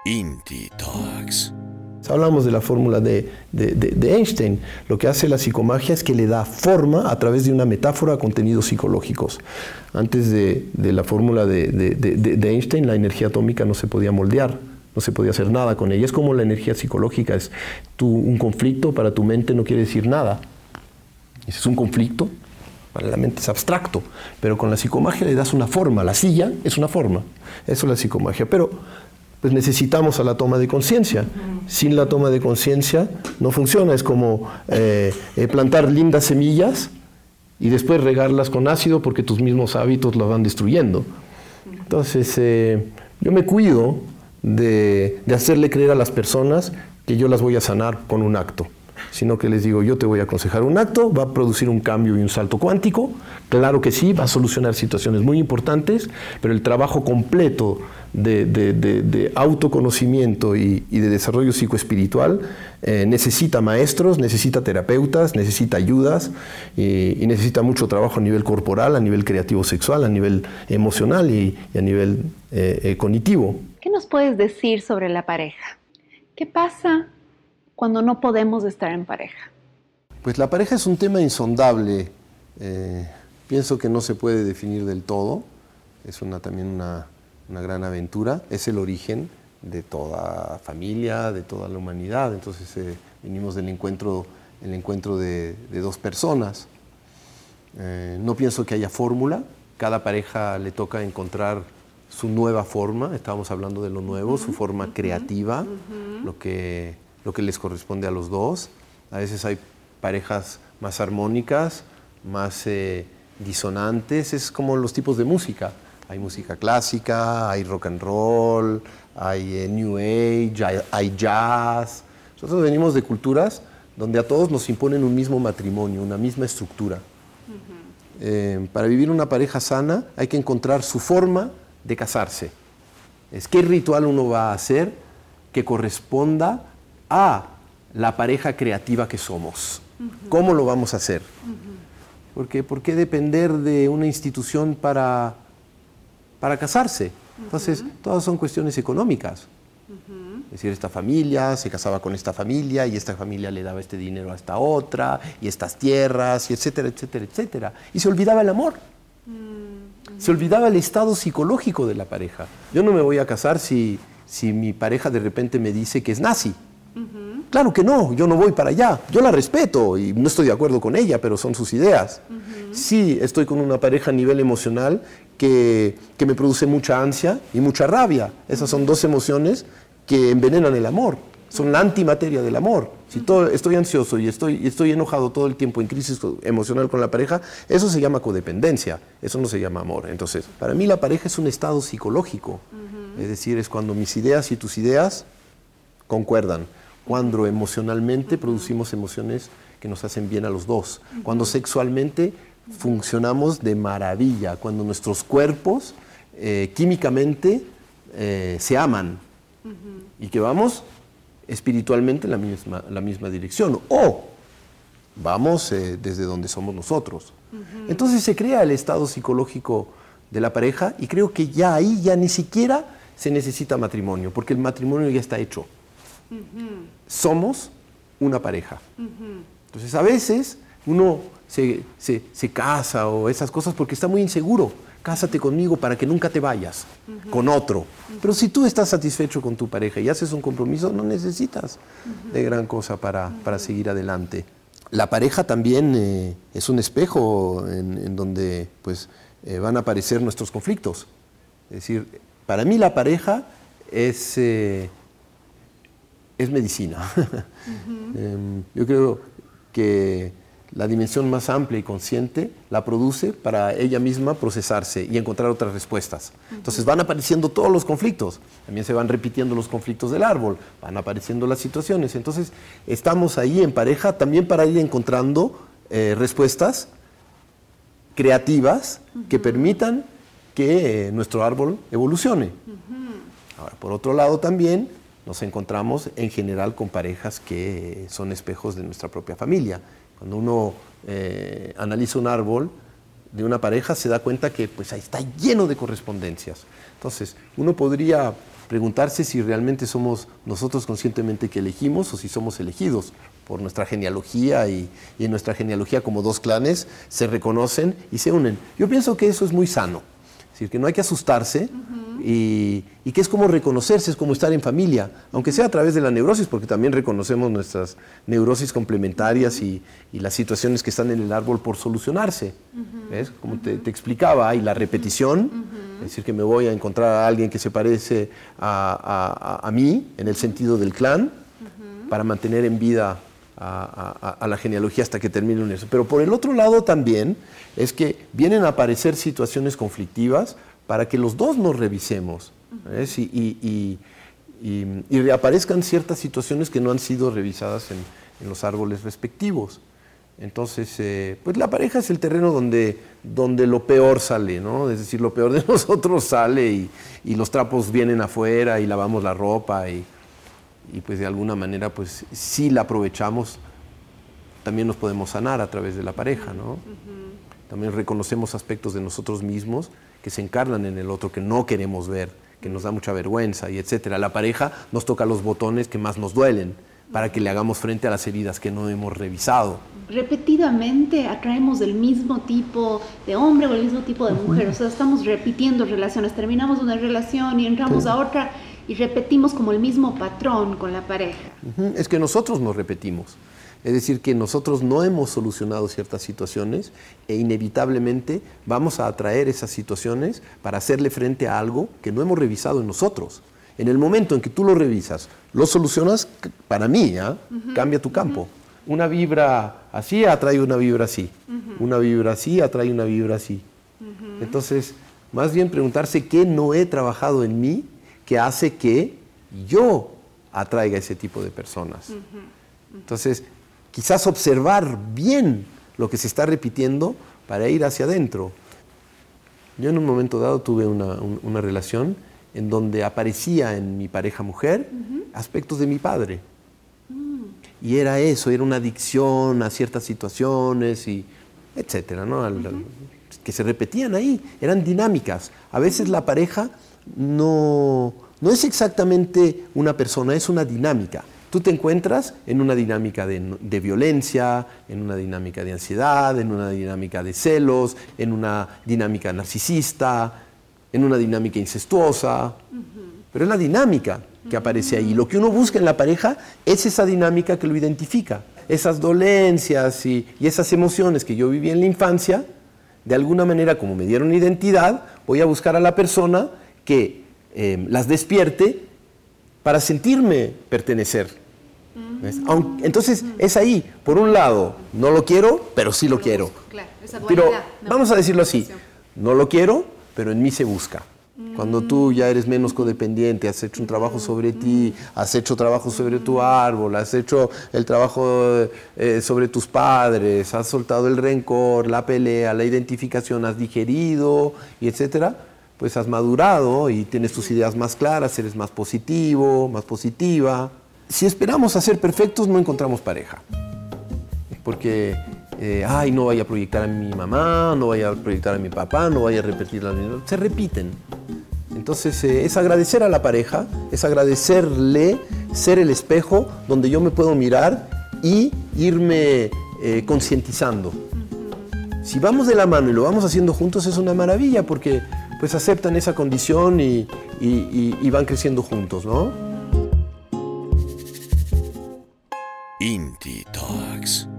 Inti Talks. Hablamos de la fórmula de Einstein. Lo que hace la psicomagia es que le da forma a través de una metáfora a contenidos psicológicos. Antes de la fórmula de Einstein, la energía atómica no se podía moldear, no se podía hacer nada con ella. Es como la energía psicológica. Un conflicto para tu mente no quiere decir nada. Es un conflicto, para la mente es abstracto, pero con la psicomagia le das una forma. La silla es una forma. Eso es la psicomagia. Pero pues necesitamos a la toma de conciencia. Sin la toma de conciencia no funciona. Es como plantar lindas semillas y después regarlas con ácido porque tus mismos hábitos las van destruyendo. Entonces, yo me cuido de hacerle creer a las personas que yo las voy a sanar con un acto, sino que les digo, yo te voy a aconsejar un acto, va a producir un cambio y un salto cuántico, claro que sí, va a solucionar situaciones muy importantes, pero el trabajo completo de autoconocimiento y de desarrollo psicoespiritual necesita maestros, necesita terapeutas, necesita ayudas y necesita mucho trabajo a nivel corporal, a nivel creativo sexual, a nivel emocional y a nivel cognitivo. ¿Qué nos puedes decir sobre la pareja? ¿Qué pasa cuando no podemos estar en pareja? Pues la pareja es un tema insondable. Pienso que no se puede definir del todo. Es también una gran aventura. Es el origen de toda familia, de toda la humanidad. Entonces venimos del encuentro de dos personas. No pienso que haya fórmula. Cada pareja le toca encontrar su nueva forma. Estábamos hablando de lo nuevo, su forma creativa, lo que les corresponde a los dos. A veces hay parejas más armónicas, más disonantes. Es como los tipos de música. Hay música clásica, hay rock and roll, hay New Age, hay jazz. Nosotros venimos de culturas donde a todos nos imponen un mismo matrimonio, una misma estructura. Para vivir una pareja sana hay que encontrar su forma de casarse. ¿Qué ritual uno va a hacer que corresponda a la pareja creativa que somos? ¿Cómo lo vamos a hacer? Porque ¿por qué depender de una institución para casarse? Entonces, todas son cuestiones económicas. Es decir, esta familia se casaba con esta familia y esta familia le daba este dinero a esta otra y estas tierras y etcétera, etcétera, etcétera. Y se olvidaba el amor. Se olvidaba el estado psicológico de la pareja. Yo no me voy a casar si mi pareja de repente me dice que es nazi. Claro que no, yo no voy para allá. Yo la respeto y no estoy de acuerdo con ella, pero son sus ideas. Sí, estoy con una pareja a nivel emocional que me produce mucha ansia y mucha rabia. Esas son dos emociones que envenenan el amor. Son la antimateria del amor. Si estoy ansioso y estoy enojado todo el tiempo en crisis emocional con la pareja, eso se llama codependencia, eso no se llama amor. Entonces, para mí la pareja es un estado psicológico. Es decir, es cuando mis ideas y tus ideas concuerdan. Cuando emocionalmente producimos emociones que nos hacen bien a los dos. Cuando sexualmente funcionamos de maravilla. Cuando nuestros cuerpos químicamente se aman. Y que vamos espiritualmente en la misma dirección. O vamos desde donde somos nosotros. Entonces se crea el estado psicológico de la pareja y creo que ya ahí ya ni siquiera se necesita matrimonio, porque el matrimonio ya está hecho. Somos una pareja. Entonces a veces uno se casa o esas cosas porque está muy inseguro. Cásate conmigo para que nunca te vayas con otro. Pero si tú estás satisfecho con tu pareja y haces un compromiso, no necesitas de gran cosa para seguir adelante. La pareja también es un espejo en donde pues, van a aparecer nuestros conflictos. Es decir, para mí la pareja es medicina. Yo creo que la dimensión más amplia y consciente la produce para ella misma procesarse y encontrar otras respuestas. Entonces van apareciendo todos los conflictos, también se van repitiendo los conflictos del árbol, van apareciendo las situaciones. Entonces estamos ahí en pareja también para ir encontrando respuestas creativas que permitan que nuestro árbol evolucione. Ahora, por otro lado también nos encontramos en general con parejas que son espejos de nuestra propia familia. Cuando uno analiza un árbol, de una pareja se da cuenta que pues ahí está lleno de correspondencias. Entonces, uno podría preguntarse si realmente somos nosotros conscientemente que elegimos o si somos elegidos por nuestra genealogía y en nuestra genealogía como dos clanes se reconocen y se unen. Yo pienso que eso es muy sano, es decir, que no hay que asustarse y que es como reconocerse, es como estar en familia, aunque sea a través de la neurosis, porque también reconocemos nuestras neurosis complementarias y las situaciones que están en el árbol por solucionarse. ¿Ves? Como te explicaba, hay la repetición, es decir, que me voy a encontrar a alguien que se parece a mí, en el sentido del clan, para mantener en vida a la genealogía hasta que termine el universo. Pero por el otro lado también es que vienen a aparecer situaciones conflictivas para que los dos nos revisemos, ¿ves? Y reaparezcan ciertas situaciones que no han sido revisadas en los árboles respectivos. Entonces, pues la pareja es el terreno donde lo peor sale, ¿no? Es decir, lo peor de nosotros sale y los trapos vienen afuera y lavamos la ropa y pues de alguna manera, pues si la aprovechamos, también nos podemos sanar a través de la pareja, ¿no? También reconocemos aspectos de nosotros mismos que se encarnan en el otro, que no queremos ver, que nos da mucha vergüenza y etcétera. La pareja nos toca los botones que más nos duelen para que le hagamos frente a las heridas que no hemos revisado. Repetidamente atraemos el mismo tipo de hombre o el mismo tipo de mujer, o sea, estamos repitiendo relaciones, terminamos una relación y entramos a otra y repetimos como el mismo patrón con la pareja. Es que nosotros nos repetimos. Es decir, que nosotros no hemos solucionado ciertas situaciones e inevitablemente vamos a atraer esas situaciones para hacerle frente a algo que no hemos revisado en nosotros. En el momento en que tú lo revisas, lo solucionas, para mí, cambia tu campo. Una vibra así atrae una vibra así. Una vibra así atrae una vibra así. Entonces, más bien preguntarse qué no he trabajado en mí que hace que yo atraiga ese tipo de personas. Entonces, quizás observar bien lo que se está repitiendo para ir hacia adentro. Yo en un momento dado tuve una relación en donde aparecía en mi pareja mujer aspectos de mi padre. Y era eso, era una adicción a ciertas situaciones y etcétera, ¿no? Que se repetían ahí, eran dinámicas. A veces la pareja no es exactamente una persona, es una dinámica. Tú te encuentras en una dinámica de violencia, en una dinámica de ansiedad, en una dinámica de celos, en una dinámica narcisista, en una dinámica incestuosa. Pero es la dinámica que aparece ahí. Lo que uno busca en la pareja es esa dinámica que lo identifica. Esas dolencias y esas emociones que yo viví en la infancia, de alguna manera, como me dieron identidad, voy a buscar a la persona que las despierte para sentirme pertenecer. Entonces es ahí, por un lado, no lo quiero, pero sí lo quiero. Claro, esa dualidad, pero vamos a decirlo así, no lo quiero, pero en mí se busca. Cuando tú ya eres menos codependiente, has hecho un trabajo sobre ti, has hecho trabajo sobre tu árbol, has hecho el trabajo sobre tus padres, has soltado el rencor, la pelea, la identificación, has digerido, y etcétera, pues has madurado y tienes tus ideas más claras, eres más positivo, más positiva. Si esperamos a ser perfectos, no encontramos pareja. Porque, no vaya a proyectar a mi mamá, no vaya a proyectar a mi papá, no vaya a repetir las mismas. Se repiten. Entonces, es agradecer a la pareja, es agradecerle, ser el espejo donde yo me puedo mirar y irme concientizando. Si vamos de la mano y lo vamos haciendo juntos, es una maravilla, porque pues aceptan esa condición y van creciendo juntos, ¿no? Indie Talks.